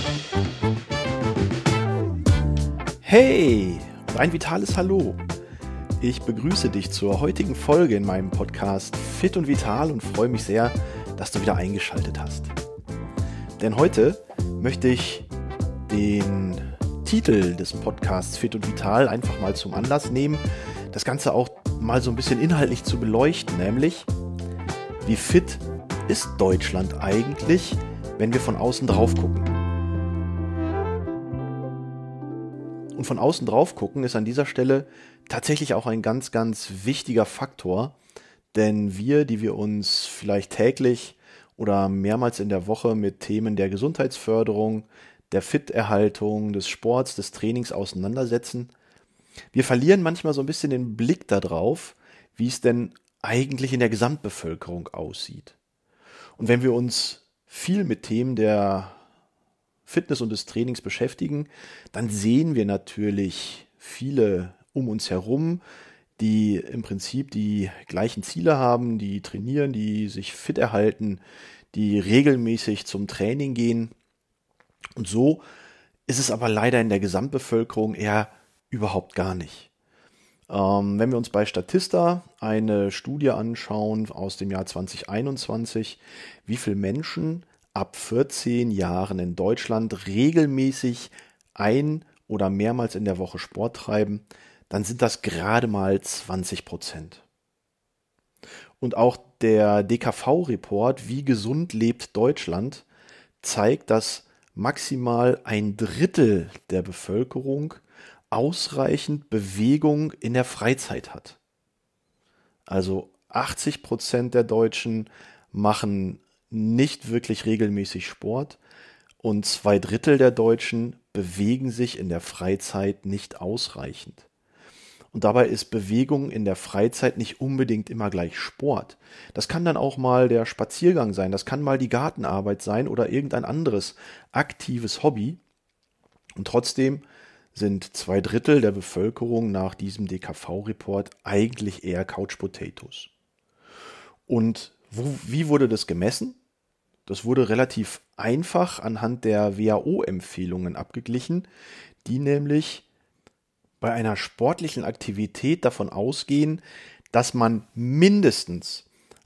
Hey, und ein vitales Hallo. Ich begrüße dich zur heutigen Folge in meinem Podcast Fit und Vital und freue mich sehr, dass du wieder eingeschaltet hast. Denn heute möchte ich den Titel des Podcasts Fit und Vital einfach mal zum Anlass nehmen, das Ganze auch mal so ein bisschen inhaltlich zu beleuchten, nämlich wie fit ist Deutschland eigentlich, wenn wir von außen drauf gucken. Und von außen drauf gucken ist an dieser Stelle tatsächlich auch ein ganz, ganz wichtiger Faktor, denn wir, die wir uns vielleicht täglich oder mehrmals in der Woche mit Themen der Gesundheitsförderung, der Fitterhaltung, des Sports, des Trainings auseinandersetzen, wir verlieren manchmal so ein bisschen den Blick darauf, wie es denn eigentlich in der Gesamtbevölkerung aussieht. Und wenn wir uns viel mit Themen der Fitness und des Trainings beschäftigen, dann sehen wir natürlich viele um uns herum, die im Prinzip die gleichen Ziele haben, die trainieren, die sich fit erhalten, die regelmäßig zum Training gehen. Und so ist es aber leider in der Gesamtbevölkerung eher überhaupt gar nicht. Wenn wir uns bei Statista eine Studie anschauen aus dem Jahr 2021, wie viele Menschen ab 14 Jahren in Deutschland regelmäßig ein- oder mehrmals in der Woche Sport treiben, dann sind das gerade mal 20%. Und auch der DKV-Report Wie gesund lebt Deutschland zeigt, dass maximal ein Drittel der Bevölkerung ausreichend Bewegung in der Freizeit hat. Also 80% der Deutschen machen nicht wirklich regelmäßig Sport und 2/3 der Deutschen bewegen sich in der Freizeit nicht ausreichend. Und dabei ist Bewegung in der Freizeit nicht unbedingt immer gleich Sport. Das kann dann auch mal der Spaziergang sein, das kann mal die Gartenarbeit sein oder irgendein anderes aktives Hobby. Und trotzdem sind 2/3 der Bevölkerung nach diesem DKV-Report eigentlich eher Couch Potatoes. Und wie wurde das gemessen? Das wurde relativ einfach anhand der WHO-Empfehlungen abgeglichen, die nämlich bei einer sportlichen Aktivität davon ausgehen, dass man mindestens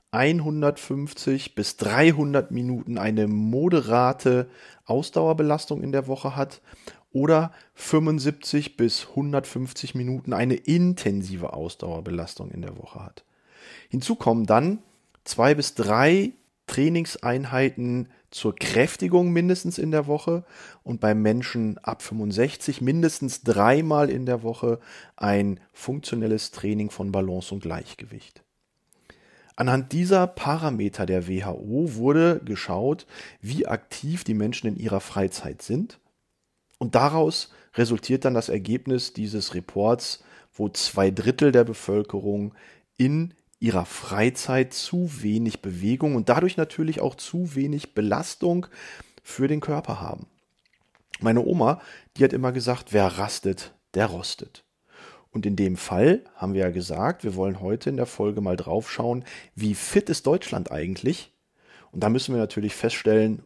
150 bis 300 Minuten eine moderate Ausdauerbelastung in der Woche hat oder 75 bis 150 Minuten eine intensive Ausdauerbelastung in der Woche hat. Hinzu kommen dann 2 bis 3 Trainingseinheiten zur Kräftigung mindestens in der Woche und beim Menschen ab 65 mindestens 3-mal in der Woche ein funktionelles Training von Balance und Gleichgewicht. Anhand dieser Parameter der WHO wurde geschaut, wie aktiv die Menschen in ihrer Freizeit sind, und daraus resultiert dann das Ergebnis dieses Reports, wo 2/3 der Bevölkerung in ihrer Freizeit zu wenig Bewegung und dadurch natürlich auch zu wenig Belastung für den Körper haben. Meine Oma, die hat immer gesagt, wer rastet, der rostet. Und in dem Fall haben wir ja gesagt, wir wollen heute in der Folge mal drauf schauen, wie fit ist Deutschland eigentlich? Und da müssen wir natürlich feststellen,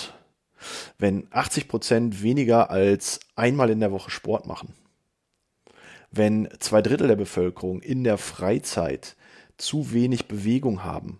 wenn 80% weniger als einmal in der Woche Sport machen, wenn 2/3 der Bevölkerung in der Freizeit zu wenig Bewegung haben,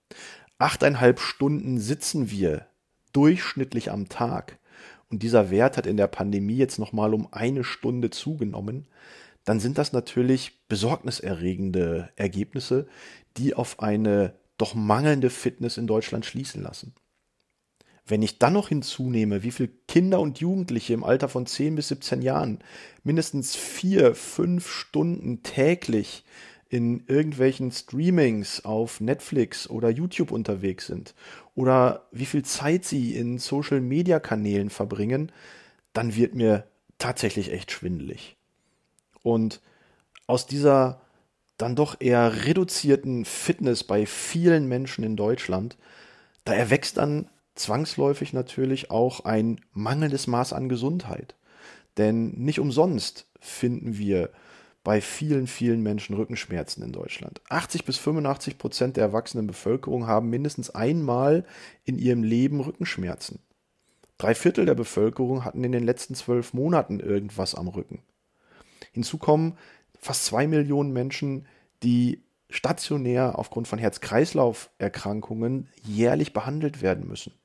8,5 Stunden sitzen wir durchschnittlich am Tag und dieser Wert hat in der Pandemie jetzt nochmal um 1 Stunde zugenommen, dann sind das natürlich besorgniserregende Ergebnisse, die auf eine doch mangelnde Fitness in Deutschland schließen lassen. Wenn ich dann noch hinzunehme, wie viele Kinder und Jugendliche im Alter von 10 bis 17 Jahren mindestens 4-5 Stunden täglich in irgendwelchen Streamings auf Netflix oder YouTube unterwegs sind oder wie viel Zeit sie in Social-Media-Kanälen verbringen, dann wird mir tatsächlich echt schwindelig. Und aus dieser dann doch eher reduzierten Fitness bei vielen Menschen in Deutschland, da erwächst dann zwangsläufig natürlich auch ein mangelndes Maß an Gesundheit. Denn nicht umsonst finden wir bei vielen, vielen Menschen Rückenschmerzen in Deutschland. 80-85% der erwachsenen Bevölkerung haben mindestens einmal in ihrem Leben Rückenschmerzen. 3/4 der Bevölkerung hatten in den letzten 12 Monaten irgendwas am Rücken. Hinzu kommen fast 2 Millionen Menschen, die stationär aufgrund von Herz-Kreislauf-Erkrankungen jährlich behandelt werden müssen.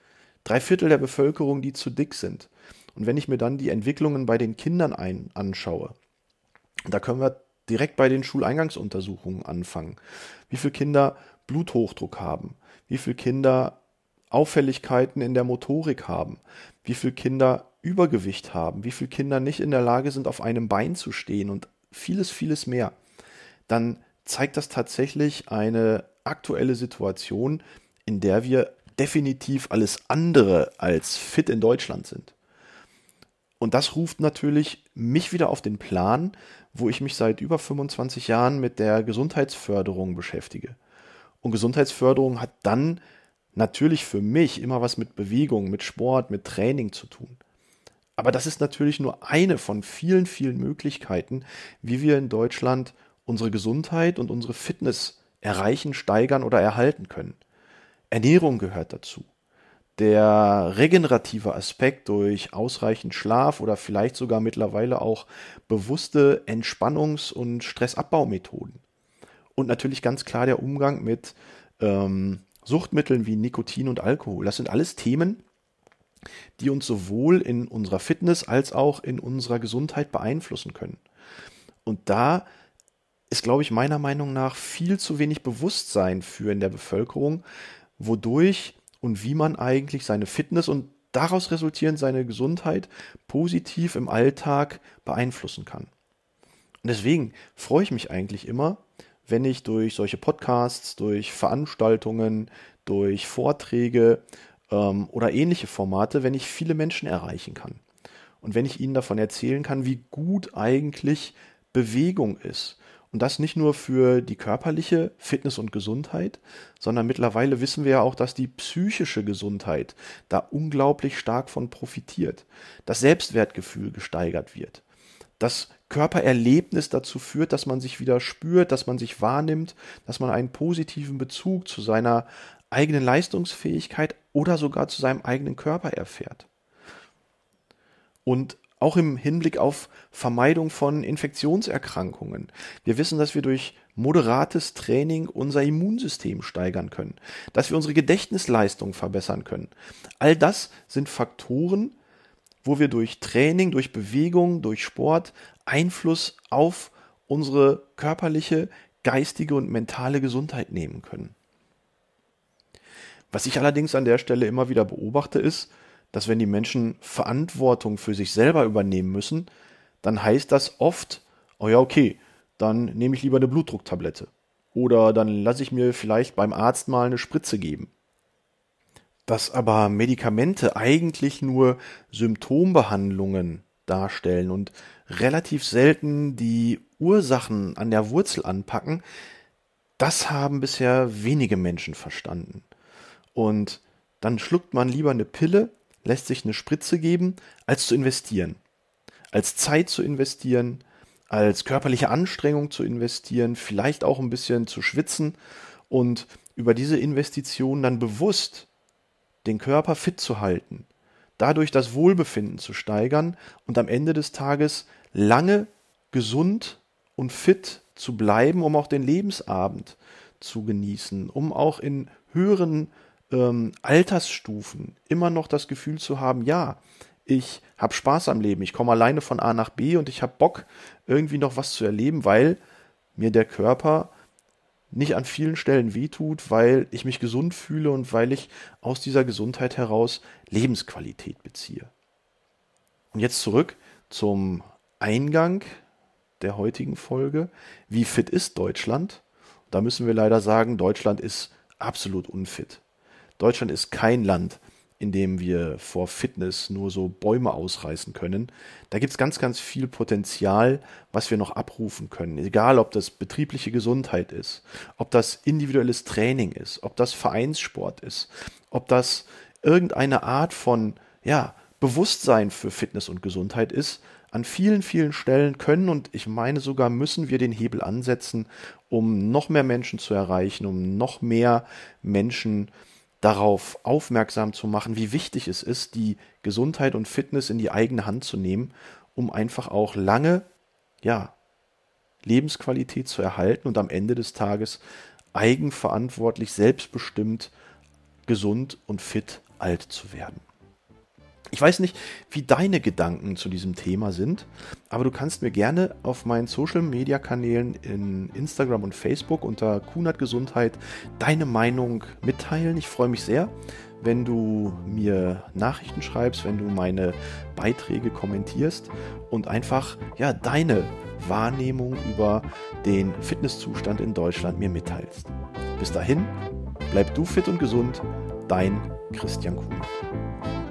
3/4 der Bevölkerung, die zu dick sind. Und wenn ich mir dann die Entwicklungen bei den Kindern anschaue, da können wir direkt bei den Schuleingangsuntersuchungen anfangen. Wie viele Kinder Bluthochdruck haben, wie viele Kinder Auffälligkeiten in der Motorik haben, wie viele Kinder Übergewicht haben, wie viele Kinder nicht in der Lage sind, auf einem Bein zu stehen und vieles, vieles mehr, dann zeigt das tatsächlich eine aktuelle Situation, in der wir definitiv alles andere als fit in Deutschland sind. Und das ruft natürlich mich wieder auf den Plan, wo ich mich seit über 25 Jahren mit der Gesundheitsförderung beschäftige. Und Gesundheitsförderung hat dann natürlich für mich immer was mit Bewegung, mit Sport, mit Training zu tun. Aber das ist natürlich nur eine von vielen, vielen Möglichkeiten, wie wir in Deutschland unsere Gesundheit und unsere Fitness erreichen, steigern oder erhalten können. Ernährung gehört dazu. Der regenerative Aspekt durch ausreichend Schlaf oder vielleicht sogar mittlerweile auch bewusste Entspannungs- und Stressabbaumethoden. Und natürlich ganz klar der Umgang mit Suchtmitteln wie Nikotin und Alkohol. Das sind alles Themen, die uns sowohl in unserer Fitness als auch in unserer Gesundheit beeinflussen können. Und da ist, glaube ich, meiner Meinung nach viel zu wenig Bewusstsein für in der Bevölkerung, wodurch und wie man eigentlich seine Fitness und daraus resultierend seine Gesundheit positiv im Alltag beeinflussen kann. Und deswegen freue ich mich eigentlich immer, wenn ich durch solche Podcasts, durch Veranstaltungen, durch Vorträge oder ähnliche Formate, wenn ich viele Menschen erreichen kann. Und wenn ich ihnen davon erzählen kann, wie gut eigentlich Bewegung ist. Und das nicht nur für die körperliche Fitness und Gesundheit, sondern mittlerweile wissen wir ja auch, dass die psychische Gesundheit da unglaublich stark von profitiert. Das Selbstwertgefühl gesteigert wird. Das Körpererlebnis dazu führt, dass man sich wieder spürt, dass man sich wahrnimmt, dass man einen positiven Bezug zu seiner eigenen Leistungsfähigkeit oder sogar zu seinem eigenen Körper erfährt. Und auch im Hinblick auf Vermeidung von Infektionserkrankungen. Wir wissen, dass wir durch moderates Training unser Immunsystem steigern können, dass wir unsere Gedächtnisleistung verbessern können. All das sind Faktoren, wo wir durch Training, durch Bewegung, durch Sport Einfluss auf unsere körperliche, geistige und mentale Gesundheit nehmen können. Was ich allerdings an der Stelle immer wieder beobachte, ist, dass wenn die Menschen Verantwortung für sich selber übernehmen müssen, dann heißt das oft, oh ja, okay, dann nehme ich lieber eine Blutdrucktablette. Oder dann lasse ich mir vielleicht beim Arzt mal eine Spritze geben. Dass aber Medikamente eigentlich nur Symptombehandlungen darstellen und relativ selten die Ursachen an der Wurzel anpacken, das haben bisher wenige Menschen verstanden. Und dann schluckt man lieber eine Pille, lässt sich eine Spritze geben, als zu investieren. Als Zeit zu investieren, als körperliche Anstrengung zu investieren, vielleicht auch ein bisschen zu schwitzen und über diese Investition dann bewusst den Körper fit zu halten, dadurch das Wohlbefinden zu steigern und am Ende des Tages lange gesund und fit zu bleiben, um auch den Lebensabend zu genießen, um auch in höheren Altersstufen immer noch das Gefühl zu haben, ja, ich habe Spaß am Leben, ich komme alleine von A nach B und ich habe Bock, irgendwie noch was zu erleben, weil mir der Körper nicht an vielen Stellen wehtut, weil ich mich gesund fühle und weil ich aus dieser Gesundheit heraus Lebensqualität beziehe. Und jetzt zurück zum Eingang der heutigen Folge. Wie fit ist Deutschland? Da müssen wir leider sagen, Deutschland ist absolut unfit. Deutschland ist kein Land, in dem wir vor Fitness nur so Bäume ausreißen können. Da gibt es ganz, ganz viel Potenzial, was wir noch abrufen können. Egal, ob das betriebliche Gesundheit ist, ob das individuelles Training ist, ob das Vereinssport ist, ob das irgendeine Art von Bewusstsein für Fitness und Gesundheit ist. An vielen, vielen Stellen können und ich meine sogar müssen wir den Hebel ansetzen, um noch mehr Menschen zu erreichen, um noch mehr Menschen darauf aufmerksam zu machen, wie wichtig es ist, die Gesundheit und Fitness in die eigene Hand zu nehmen, um einfach auch lange, ja, Lebensqualität zu erhalten und am Ende des Tages eigenverantwortlich, selbstbestimmt, gesund und fit alt zu werden. Ich weiß nicht, wie deine Gedanken zu diesem Thema sind, aber du kannst mir gerne auf meinen Social-Media-Kanälen in Instagram und Facebook unter Kunert Gesundheit deine Meinung mitteilen. Ich freue mich sehr, wenn du mir Nachrichten schreibst, wenn du meine Beiträge kommentierst und einfach ja deine Wahrnehmung über den Fitnesszustand in Deutschland mir mitteilst. Bis dahin, bleib du fit und gesund, dein Christian Kunert.